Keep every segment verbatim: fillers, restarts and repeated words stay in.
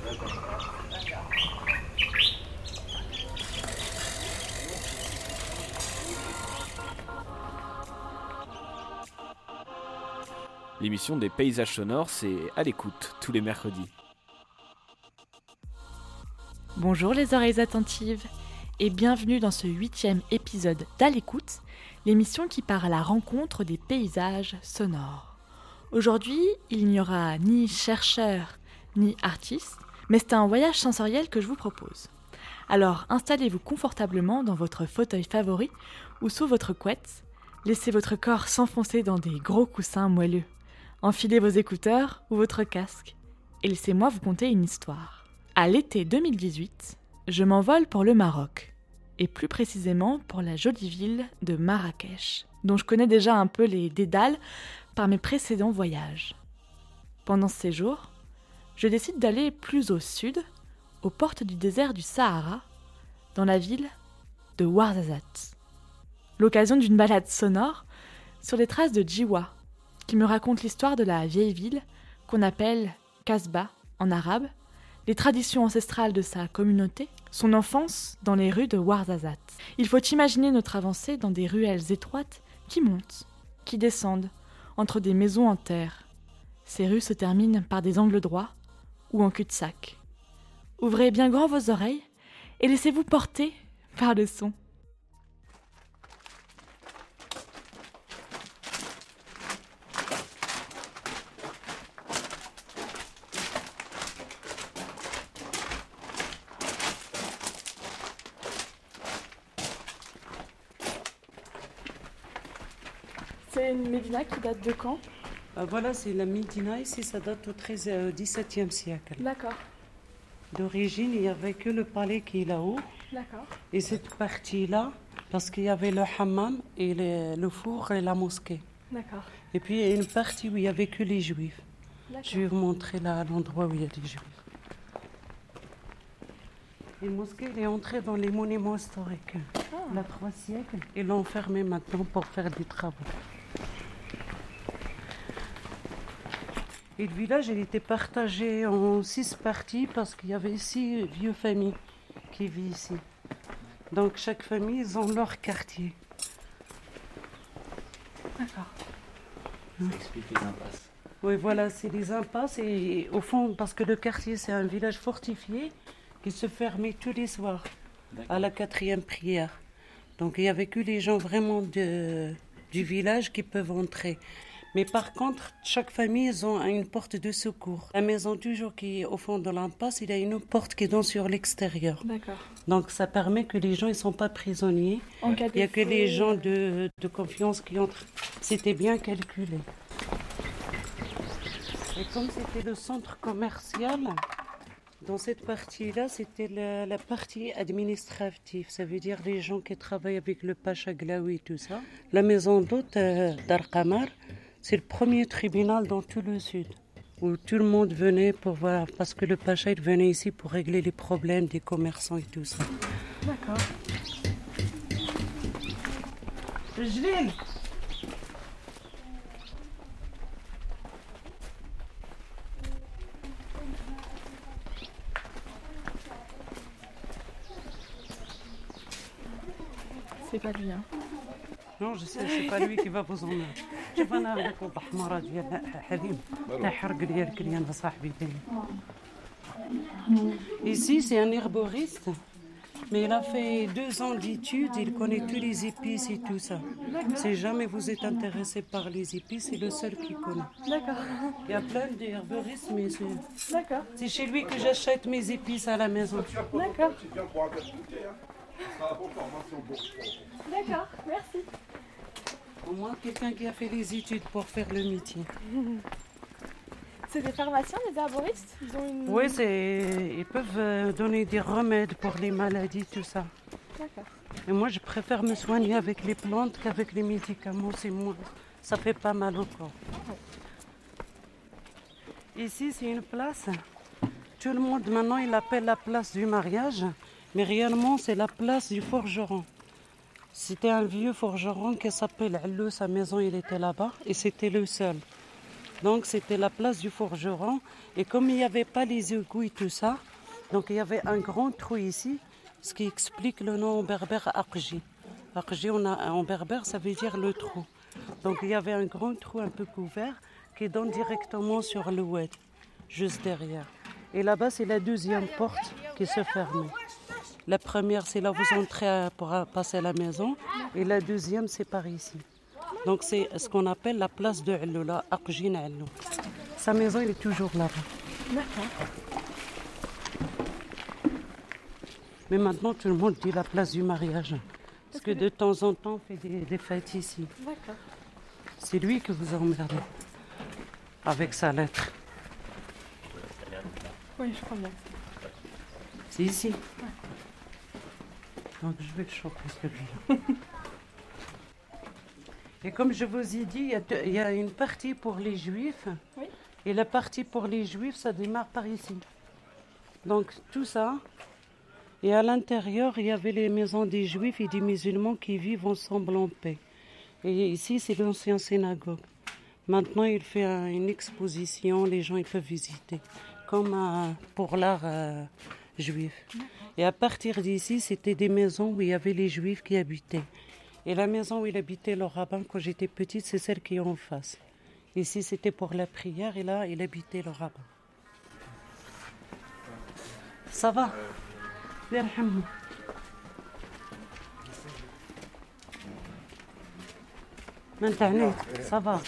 L'émission des paysages sonores, c'est à l'écoute tous les mercredis. Bonjour les oreilles attentives et bienvenue dans ce huitième épisode d'À l'écoute, l'émission qui part à la rencontre des paysages sonores. Aujourd'hui, il n'y aura ni chercheurs ni artistes, mais c'est un voyage sensoriel que je vous propose. Alors installez-vous confortablement dans votre fauteuil favori ou sous votre couette, laissez votre corps s'enfoncer dans des gros coussins moelleux. Enfilez vos écouteurs ou votre casque et laissez-moi vous conter une histoire. À l'été deux mille dix-huit, je m'envole pour le Maroc, et plus précisément pour la jolie ville de Marrakech, dont je connais déjà un peu les dédales par mes précédents voyages. Pendant ce séjour, je décide d'aller plus au sud, aux portes du désert du Sahara, dans la ville de Ouarzazate. L'occasion d'une balade sonore sur les traces de Djiwa, qui me raconte l'histoire de la vieille ville qu'on appelle Kasbah en arabe, les traditions ancestrales de sa communauté, son enfance dans les rues de Ouarzazate. Il faut imaginer notre avancée dans des ruelles étroites qui montent, qui descendent, entre des maisons en terre. Ces rues se terminent par des angles droits ou en cul-de-sac. Ouvrez bien grand vos oreilles et laissez-vous porter par le son. C'est une médina qui date de quand ? Ah, voilà, c'est la médina ici, ça date au treizième, dix-septième siècle. D'accord. D'origine, il n'y avait que le palais qui est là-haut. D'accord. Et cette partie-là, parce qu'il y avait le hammam et le, le four et la mosquée. D'accord. Et puis il y a une partie où il n'y avait que les juifs. D'accord. Je vais vous montrer là l'endroit où il y a des juifs. Et la mosquée elle est entrée dans les monuments historiques. Ah. Il y a trois siècles. Ils l'ont fermée maintenant pour faire des travaux. Et le village, il était partagé en six parties parce qu'il y avait six vieux familles qui vivent ici. Donc chaque famille, ils ont leur quartier. D'accord. Ça explique les impasses. Oui, voilà, c'est les impasses. Et au fond, parce que le quartier, c'est un village fortifié qui se fermait tous les soirs. D'accord. À la quatrième prière. Donc il n'y avait que les gens vraiment de, du village qui peuvent entrer. Mais par contre, chaque famille, ils ont une porte de secours. La maison toujours qui est au fond de l'impasse, il y a une porte qui donne sur l'extérieur. D'accord. Donc ça permet que les gens ne sont pas prisonniers. En cas de il n'y a que feu, les gens de, de confiance qui entrent. C'était bien calculé. Et comme c'était le centre commercial, dans cette partie-là, c'était la, la partie administrative. Ça veut dire les gens qui travaillent avec le Pacha Glaoui et tout ça. La maison d'hôte euh, d'Arqamar, c'est le premier tribunal dans tout le sud, où tout le monde venait pour voir, parce que le Pacha il venait ici pour régler les problèmes des commerçants et tout ça. D'accord. Jlil. C'est pas lui, hein. Non, je sais, c'est pas lui qui va vous emmener. شوف انا هذاك الحمراء ديال حليم تاع حرق ديال كليان صاحبي ديالي. Ici, c'est un herboriste, mais il a fait deux ans d'études, il connaît tous les épices et tout ça. Si jamais vous êtes intéressé par les épices, c'est le seul qui connaît. D'accord. Il y a plein d'herboristes, mais c'est, D'accord. c'est chez lui que j'achète mes épices à la maison. D'accord. D'accord, merci. Au moins quelqu'un qui a fait les études pour faire le métier. C'est des pharmaciens, les herboristes ? Ils ont une... Oui, c'est... ils peuvent donner des remèdes pour les maladies, tout ça. D'accord. Et moi, je préfère me soigner avec les plantes qu'avec les médicaments. C'est moins... Ça fait pas mal au corps. Ici, c'est une place. Tout le monde, maintenant, il appelle la place du mariage. Mais réellement, c'est la place du forgeron. C'était un vieux forgeron qui s'appelle Allou. Sa maison, il était là-bas. Et c'était le seul. Donc c'était la place du forgeron. Et comme il n'y avait pas les égouts et tout ça, donc il y avait un grand trou ici, ce qui explique le nom en berbère Aqji. Aqji on a, en berbère, ça veut dire le trou. Donc il y avait un grand trou un peu couvert qui donne directement sur le oued, juste derrière. Et là-bas, c'est la deuxième porte qui se ferme. La première, c'est là où vous entrez pour passer à la maison. Et la deuxième, c'est par ici. Donc c'est ce qu'on appelle la place de Allou, la Aqjin Allou. Sa maison, elle est toujours là-bas. D'accord. Mais maintenant, tout le monde dit la place du mariage. Parce que de temps en temps, on fait des, des fêtes ici. D'accord. C'est lui que vous emmerdez. Avec sa lettre. Oui, je crois bien. C'est ici. Ouais. Donc je vais le choper celui-là. Et comme je vous ai dit, il y a, deux- il y a une partie pour les juifs. Oui. Et la partie pour les juifs, ça démarre par ici. Donc tout ça. Et à l'intérieur, il y avait les maisons des juifs et des musulmans qui vivent ensemble en paix. Et ici, c'est l'ancienne synagogue. Maintenant, il fait un- une exposition, les gens ils peuvent visiter, comme euh, pour l'art euh, juif. Et à partir d'ici, c'était des maisons où il y avait les juifs qui habitaient. Et la maison où il habitait le rabbin quand j'étais petite, c'est celle qui est en face. Ici, c'était pour la prière et là, il habitait le rabbin. Ça va? Yarhamou. Maintenant, ça va.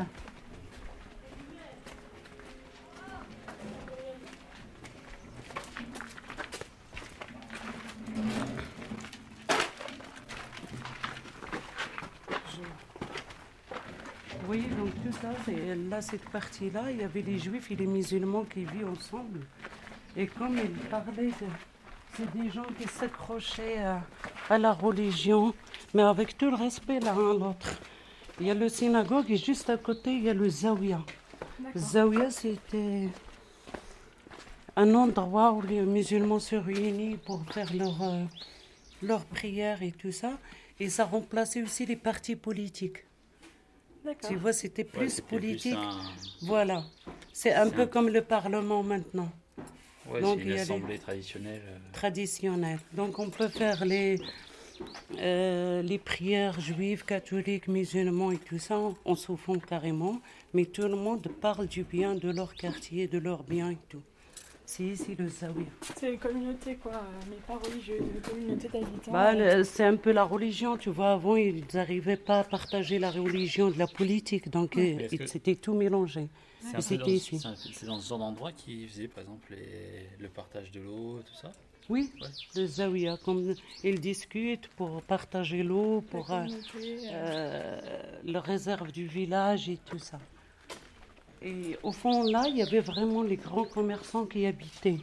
Vous voyez, donc tout ça, c'est, là, cette partie-là, il y avait les juifs et les musulmans qui vivent ensemble. Et comme il parlait, de, c'est des gens qui s'accrochaient à, à la religion, mais avec tout le respect l'un à l'autre. Il y a le synagogue et juste à côté, il y a le zawiya. Le zawiya, c'était un endroit où les musulmans se réunissent pour faire leur, euh, leurs prières et tout ça. Et ça remplaçait aussi les partis politiques. D'accord. Tu vois, c'était plus Ouais, c'était politique. plus un- Voilà. C'est un C'est peu un- comme le Parlement maintenant, Ouais, Donc, c'est il une y a les- assemblée traditionnelle. euh, traditionnel. Donc on peut faire les, euh, les prières juives, catholiques, musulmans et tout ça, on s'en fout carrément. Mais tout le monde parle du bien de leur quartier, de leur bien et tout. C'est ici le zawiya. C'est une communauté, quoi, euh, mais pas religieuse, une communauté d'habitants. Bah, euh, le- c'est un peu la religion, tu vois. Avant, ils n'arrivaient pas à partager la religion de la politique, donc Mais euh, est-ce que- c'était tout mélangé. C'est Et un peu c'était dans, ici. c'est un- c'est dans ce genre d'endroit qu'ils faisaient, par exemple, les- le partage de l'eau, tout ça. Oui, Ouais. le zawiya, comme ils discutent pour partager l'eau, la pour euh, communauté, euh, euh, le réserve du village et tout ça. Et au fond, là, il y avait vraiment les grands commerçants qui habitaient.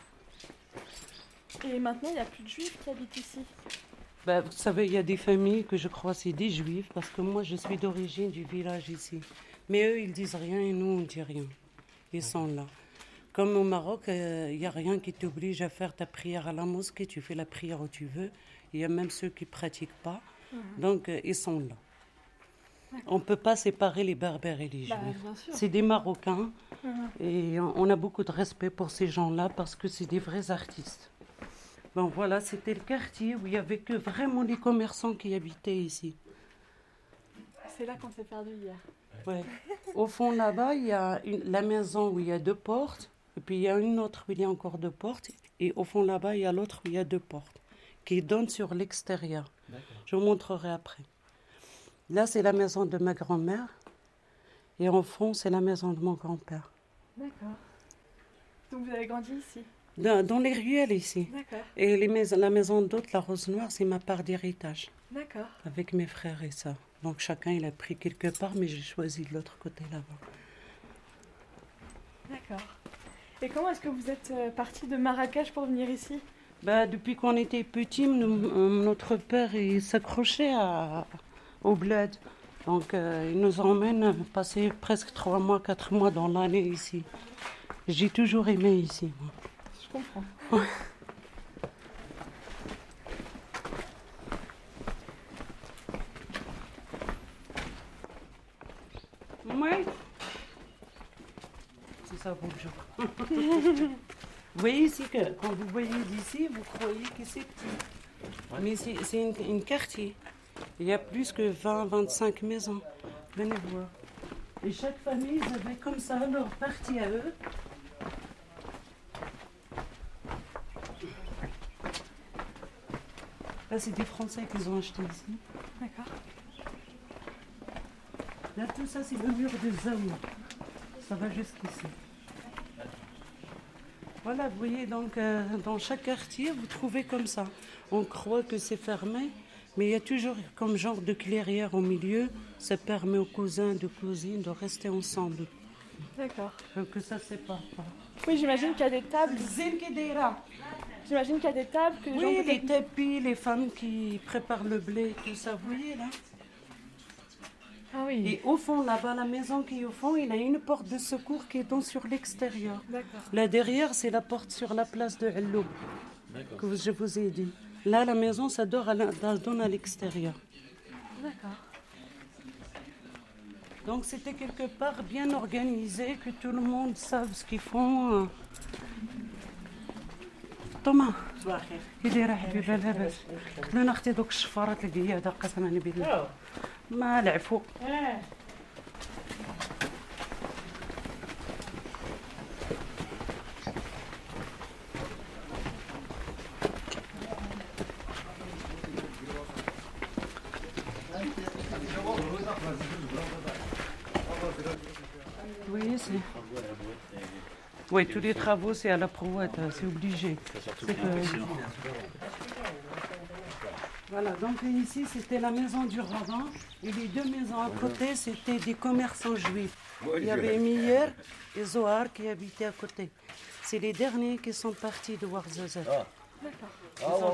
Et maintenant, il n'y a plus de juifs qui habitent ici. Ben, vous savez, il y a des familles que je crois c'est des juifs, parce que moi, je suis d'origine du village ici. Mais eux, ils disent rien et nous, on dit rien. Ils sont là. Comme au Maroc, euh, il n'y a rien qui t'oblige à faire ta prière à la mosquée. Tu fais la prière où tu veux. Il y a même ceux qui ne pratiquent pas. Donc, euh, ils sont là. On ne peut pas séparer les berbères et les Bah, juifs. bien sûr. C'est des Marocains. Mhm. Et on on a beaucoup de respect pour ces gens-là parce que c'est des vrais artistes. Bon, voilà, c'était le quartier où il n'y avait que vraiment les commerçants qui habitaient ici. C'est là qu'on s'est perdu hier. Ouais. Au fond, là-bas, il y a une- la maison où il y a deux portes. Et puis, il y a une autre où il y a encore deux portes. Et au fond, là-bas, il y a l'autre où il y a deux portes qui donnent sur l'extérieur. D'accord. Je vous montrerai après. Là, c'est la maison de ma grand-mère. Et en fond, c'est la maison de mon grand-père. D'accord. Donc vous avez grandi ici. Dans, dans les ruelles ici. D'accord. Et les maisons, la maison d'hôte, la Rose Noire, c'est ma part d'héritage D'accord. avec mes frères et sœurs. Donc chacun, il a pris quelque part, mais j'ai choisi de l'autre côté là-bas. D'accord. Et comment est-ce que vous êtes euh, parti de Marrakech pour venir ici? Bah, depuis qu'on était petits, nous- euh, notre père il s'accrochait à- au bled. Donc euh, il nous emmène passer presque trois mois, quatre mois dans l'année ici. J'ai toujours aimé ici, moi. Je comprends. Ouais. ça bonjour. Vous voyez ici que quand vous voyez d'ici, vous croyez que c'est petit. Ouais. Mais c'est, c'est une, une quartier. Il y a plus que vingt à vingt-cinq maisons. Venez voir. Et chaque famille, ils avaient comme ça leur partie à eux. Là, c'est des Français qu'ils ont acheté ici. D'accord. Là, tout ça, c'est le mur de Zaou. Ça va jusqu'ici. Voilà, vous voyez, donc, euh, dans chaque quartier, vous trouvez comme ça. On croit que c'est fermé, mais il y a toujours comme genre de clairière au milieu. Ça permet aux cousins, de cousines de rester ensemble. D'accord. Euh, que ça ne sépare pas. Oui, j'imagine qu'il y a des tables. J'imagine qu'il y a des tables que les oui, gens... les tapis, les femmes qui préparent le blé, tout ça, vous voyez là. Ah oui. Et au fond, là-bas, la maison qui est au fond, il y a une porte de secours qui est donc sur l'extérieur. D'accord. Là derrière, c'est la porte sur la place de Hello, que je vous ai dit. Là, la maison, ça donne à, la, ça donne à l'extérieur. D'accord. Donc c'était quelque part bien organisé, que tout le monde sache ce qu'ils font. Thomas, كي راح حبيبه لاباس قلت لنا اختي دوك الشفارات اللي هي هذا قسما بالله ما العفو. Vous voyez, c'est... Oui, tous les travaux, c'est à la prouette, c'est obligé. C'est que... Voilà, donc ici, c'était la maison du rabbin. Et les deux maisons à côté, c'était des commerçants juifs. Il y avait Meir et Zohar qui habitaient à côté. C'est les derniers qui sont partis de Ouarzazate. D'accord.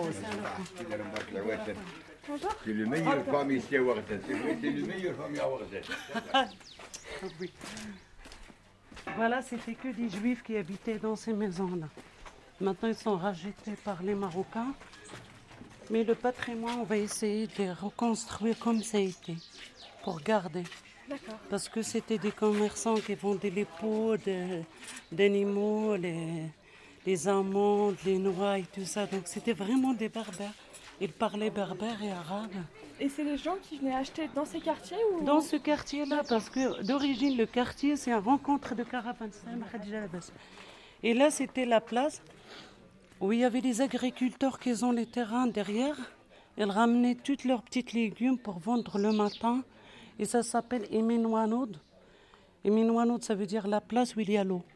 Bonjour. C'est le meilleur parmi ici à Ouarzazate. C'est le meilleur parmi à Ouarzazate. Oui. Voilà, c'était que des juifs qui habitaient dans ces maisons-là. Maintenant, ils sont rachetés par les Marocains. Mais le patrimoine, on va essayer de les reconstruire comme ça a été, pour garder. D'accord. Parce que c'était des commerçants qui vendaient les peaux de, d'animaux, les, les amandes, les noix et tout ça. Donc c'était vraiment des berbères. Ils parlaient berbère et arabe. Et c'est les gens qui venaient acheter dans ces quartiers ou... Dans ce quartier-là, parce que d'origine, le quartier, c'est une rencontre de caravanes. Et là, c'était la place où il y avait les agriculteurs qui ont les terrains derrière. Ils ramenaient tous leurs petits légumes pour vendre le matin. Et ça s'appelle Eminouanoud. Eminouanoud, ça veut dire la place où il y a l'eau.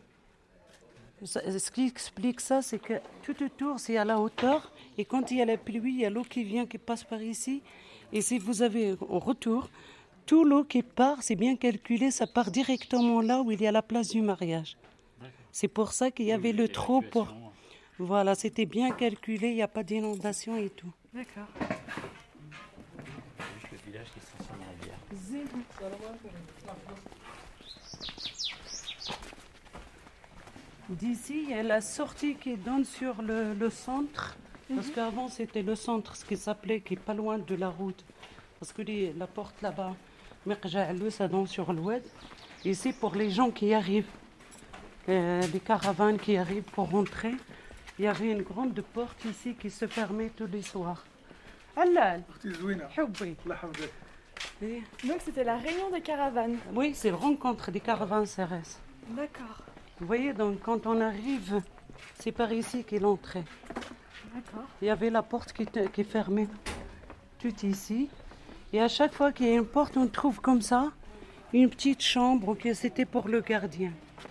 Ce qui explique ça, c'est que tout autour, c'est à la hauteur. Et quand il y a la pluie, il y a l'eau qui vient, qui passe par ici. Et si vous avez au retour, tout l'eau qui part, c'est bien calculé, ça part directement là où il y a la place du mariage. C'est pour ça qu'il y avait le trou pour... Voilà, c'était bien calculé, il n'y a pas d'inondation et tout. D'accord. Juste le village qui se transforme en rivière. D'ici, il y a la sortie qui donne sur le, le centre. Parce qu'avant, c'était le centre, ce qui s'appelait, qui est pas loin de la route. Parce que les, la porte là-bas, Merja'alou, ça donne sur l'oued. Et c'est pour les gens qui arrivent, euh, les caravanes qui arrivent pour rentrer. Il y avait une grande porte ici qui se fermait tous les soirs. Allah, Donc c'était la réunion des caravanes. oui, c'est la rencontre des caravanes C R S. D'accord. Vous voyez, donc quand on arrive, c'est par ici qu'il entrait. D'accord. Il y avait la porte qui, te- qui fermait tout ici. Et à chaque fois qu'il y a une porte, on trouve comme ça une petite chambre que c'était pour le gardien.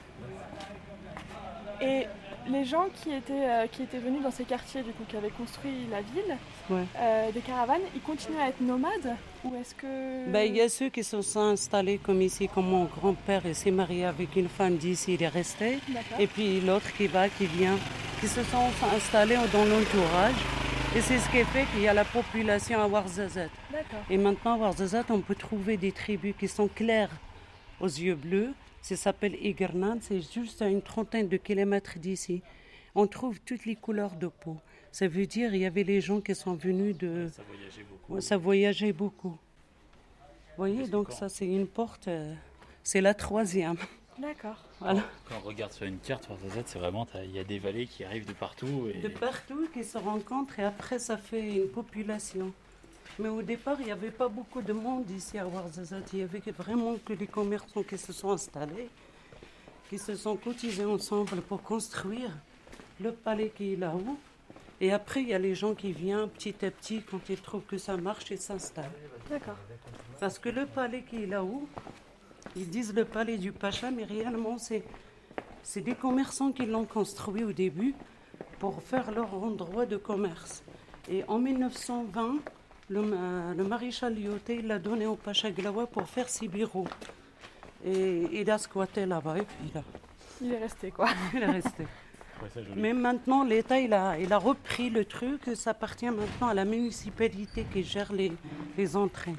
Et les gens qui étaient, euh, qui étaient venus dans ces quartiers, du coup, qui avaient construit la ville, Ouais. euh, des caravanes, ils continuent à être nomades? Ou est-ce que... Ben, il y a ceux qui se sont installés comme ici, comme mon grand-père, il s'est marié avec une femme d'ici, il est resté. D'accord. Et puis l'autre qui va, qui vient, qui se sont installés dans l'entourage. Et c'est ce qui fait qu'il y a la population à Ouarzazate. D'accord. Et maintenant, à Ouarzazate, on peut trouver des tribus qui sont claires aux yeux bleus. Ça s'appelle Igernad, c'est juste à une trentaine de kilomètres d'ici. On trouve toutes les couleurs de peau. Ça veut dire qu'il y avait les gens qui sont venus de... Ça voyageait beaucoup. Ça voyageait beaucoup. Vous voyez, Qu'est-ce donc que ça, c'est une porte, euh, c'est la troisième. D'accord. Voilà. Quand on regarde sur une carte, Ouarzazate, c'est vraiment, il y a des vallées qui arrivent de partout. Et... De partout qui se rencontrent et après ça fait une population. Mais au départ, il n'y avait pas beaucoup de monde ici à Ouarzazate. Il y avait vraiment que les commerçants qui se sont installés, qui se sont cotisés ensemble pour construire le palais qui est là-haut. Et après, il y a les gens qui viennent petit à petit, quand ils trouvent que ça marche, ils s'installent. D'accord. Parce que le palais qui est là-haut, ils disent le palais du Pacha, mais réellement, c'est, c'est des commerçants qui l'ont construit au début pour faire leur endroit de commerce. Et en mille neuf cent vingt, le, le maréchal Lyautey l'a donné au Pacha Glaoua pour faire ses bureaux. Et il a squatté là-bas, et puis là, Il est resté, quoi. il est resté. Ouais, ça, joli. Mais maintenant, l'État, il a, il a repris le truc, ça appartient maintenant à la municipalité qui gère les, les entrées.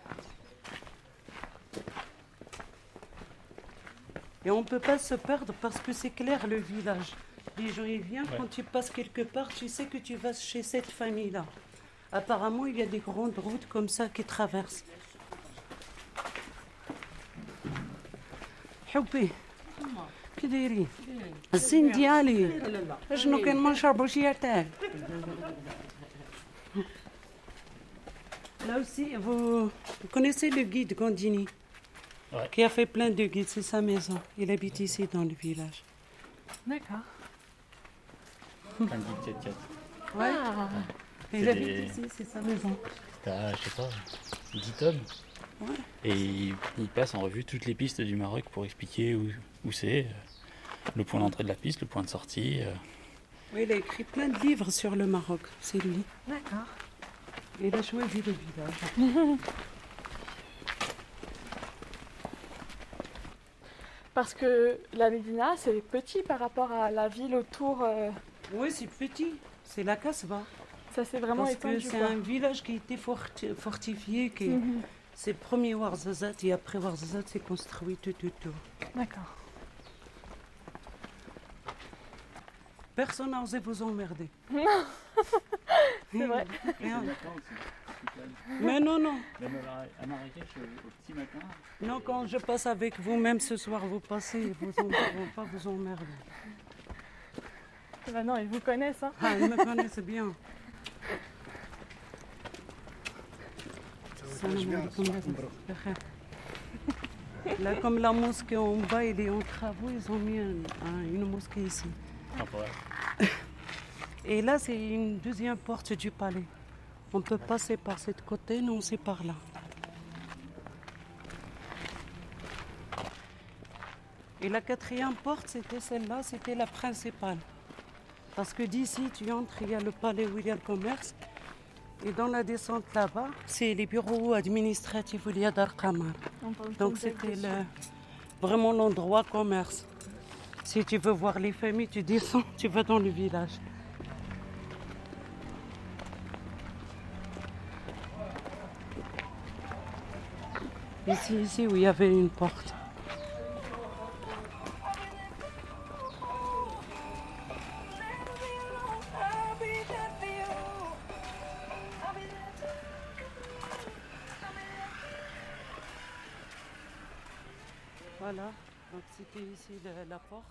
Et on ne peut pas se perdre parce que c'est clair le village. Les gens ils viennent, Ouais. quand tu passes quelque part, tu sais que tu vas chez cette famille-là. Apparemment, il y a des grandes routes comme ça qui traversent. حبي كي دايرين الزين ديالي شنو كان ما نشربوا شي تاع Là aussi, vous, vous connaissez le guide Gandini, Ouais. qui a fait plein de guides, c'est sa maison. Il habite ici dans le village. D'accord. Un guide quatre quatre. Ouais. Ah, Il C'est habite des- ici, c'est sa maison. T'as, je sais pas, dix tomes. Ouais. Et il, il passe en revue toutes les pistes du Maroc pour expliquer où, où c'est, euh, le point d'entrée de la piste, le point de sortie. euh. Oui, il a écrit plein de livres sur le Maroc, c'est lui. d'accord. Il a choisi le village. Parce que la Médina, c'est petit par rapport à la ville autour. euh, Oui, c'est petit, c'est la Kasbah. ça s'est vraiment Parce que étendu, c'est quoi. un village qui a été forti- fortifié, qui Mhm. c'est le premier Ouarzazate et après Ouarzazate c'est construit tout autour. D'accord. Personne n'a osé vous emmerder. C'est vrai. Rien. Mais non, non. Même à Marrakech, au petit matin. Non, quand je passe avec vous, même ce soir, vous passez, vous ne vont pas vous emmerder. Bah non, ils vous connaissent, hein. Ah, ils me connaissent bien. Salam alaikum. Là, comme la mosquée en bas, il est en travaux, ils ont mis un- un- une mosquée ici. Temporaire. Et là, c'est une deuxième porte du palais. On peut passer par ce côté, non, c'est par là. Et la quatrième porte, c'était celle-là, c'était la principale. Parce que d'ici, tu entres, il y a le palais où il y a le commerce. Et dans la descente là-bas, c'est les bureaux administratifs où il y a Dar Qamar. On peut- on Donc peut c'était dessus. le- vraiment l'endroit commerce. Si tu veux voir les familles, tu descends, tu vas dans le village. Ici, ici où il y avait une porte. Voilà, donc c'était ici le- la porte.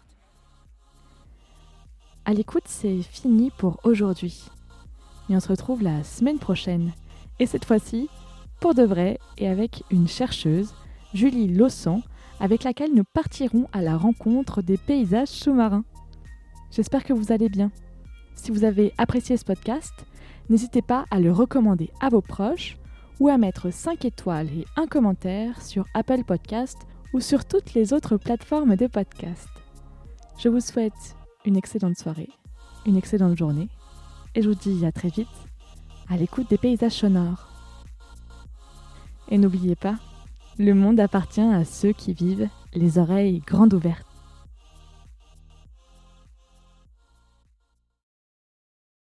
À l'écoute, c'est fini pour aujourd'hui. Et on se retrouve la semaine prochaine. Et cette fois-ci, pour de vrai et avec une chercheuse, Julie Lossan, avec laquelle nous partirons à la rencontre des paysages sous-marins. J'espère que vous allez bien. Si vous avez apprécié ce podcast, n'hésitez pas à le recommander à vos proches ou à mettre cinq étoiles et un commentaire sur Apple Podcast ou sur toutes les autres plateformes de podcast. Je vous souhaite une excellente soirée, une excellente journée, et je vous dis à très vite à l'écoute des paysages sonores. Et n'oubliez pas, le monde appartient à ceux qui vivent les oreilles grandes ouvertes.